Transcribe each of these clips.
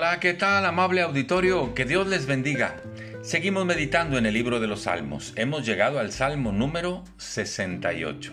Hola, ¿qué tal, amable auditorio? Que Dios les bendiga. Seguimos meditando en el libro de los Salmos. Hemos llegado al Salmo número 68.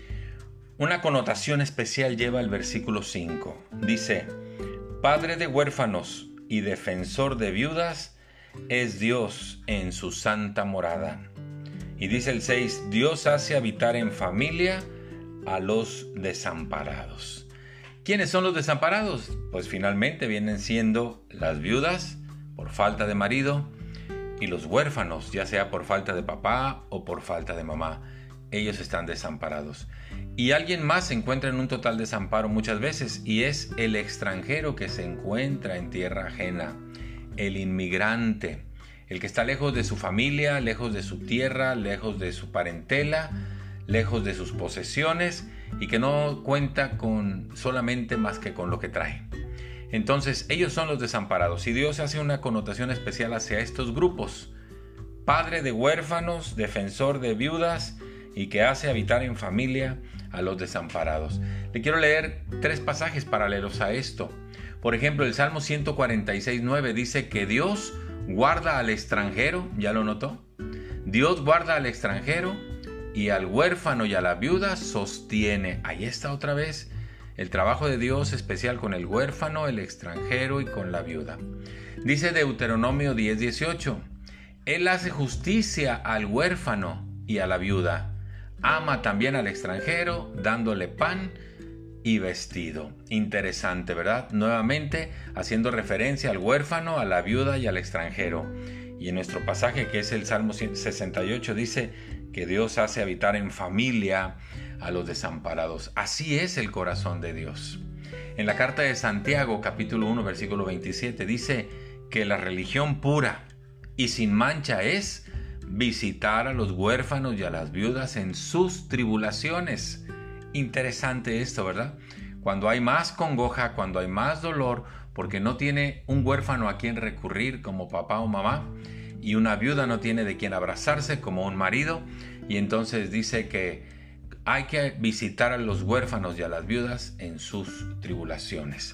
Una connotación especial lleva el versículo 5. Dice: Padre de huérfanos y defensor de viudas es Dios en su santa morada. Y dice el 6, Dios hace habitar en familia a los desamparados. ¿Quiénes son los desamparados? Pues finalmente vienen siendo las viudas por falta de marido y los huérfanos, ya sea por falta de papá o por falta de mamá. Ellos están desamparados. Y alguien más se encuentra en un total desamparo muchas veces, y es el extranjero que se encuentra en tierra ajena, el inmigrante, el que está lejos de su familia, lejos de su tierra, lejos de su parentela, lejos de sus posesiones, y que no cuenta con solamente más que con lo que trae. Entonces ellos son los desamparados, y Dios hace una connotación especial hacia estos grupos: padre de huérfanos, defensor de viudas, y que hace habitar en familia a los desamparados. Le quiero leer 3 pasajes paralelos a esto. Por ejemplo, el Salmo 146:9 dice que Dios guarda al extranjero. ¿Ya lo notó? Dios guarda al extranjero y al huérfano y a la viuda sostiene. Ahí está otra vez el trabajo de Dios especial con el huérfano, el extranjero y con la viuda. Dice Deuteronomio 10:18, Él hace justicia al huérfano y a la viuda. Ama también al extranjero, dándole pan y vestido. Interesante, ¿verdad? Nuevamente haciendo referencia al huérfano, a la viuda y al extranjero. Y en nuestro pasaje, que es el Salmo 68, dice que Dios hace habitar en familia a los desamparados. Así es el corazón de Dios. En la carta de Santiago, capítulo 1, versículo 27, dice que la religión pura y sin mancha es visitar a los huérfanos y a las viudas en sus tribulaciones. Interesante esto, ¿verdad? Cuando hay más congoja, cuando hay más dolor, porque no tiene un huérfano a quien recurrir como papá o mamá, y una viuda no tiene de quien abrazarse como un marido, y entonces dice que hay que visitar a los huérfanos y a las viudas en sus tribulaciones.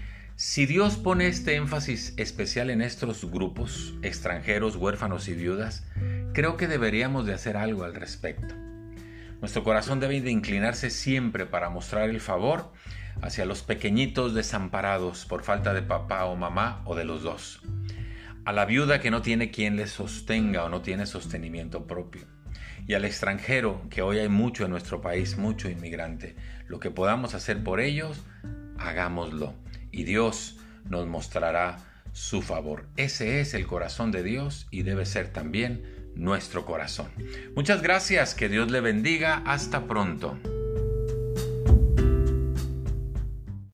Si Dios pone este énfasis especial en estos grupos, extranjeros, huérfanos y viudas, creo que deberíamos de hacer algo al respecto. Nuestro corazón debe de inclinarse siempre para mostrar el favor hacia los pequeñitos desamparados por falta de papá o mamá o de los dos. A la viuda que no tiene quien les sostenga o no tiene sostenimiento propio. Y al extranjero, que hoy hay mucho en nuestro país, mucho inmigrante. Lo que podamos hacer por ellos, hagámoslo. Y Dios nos mostrará su favor. Ese es el corazón de Dios y debe ser también nuestro corazón. Muchas gracias, que Dios le bendiga. Hasta pronto.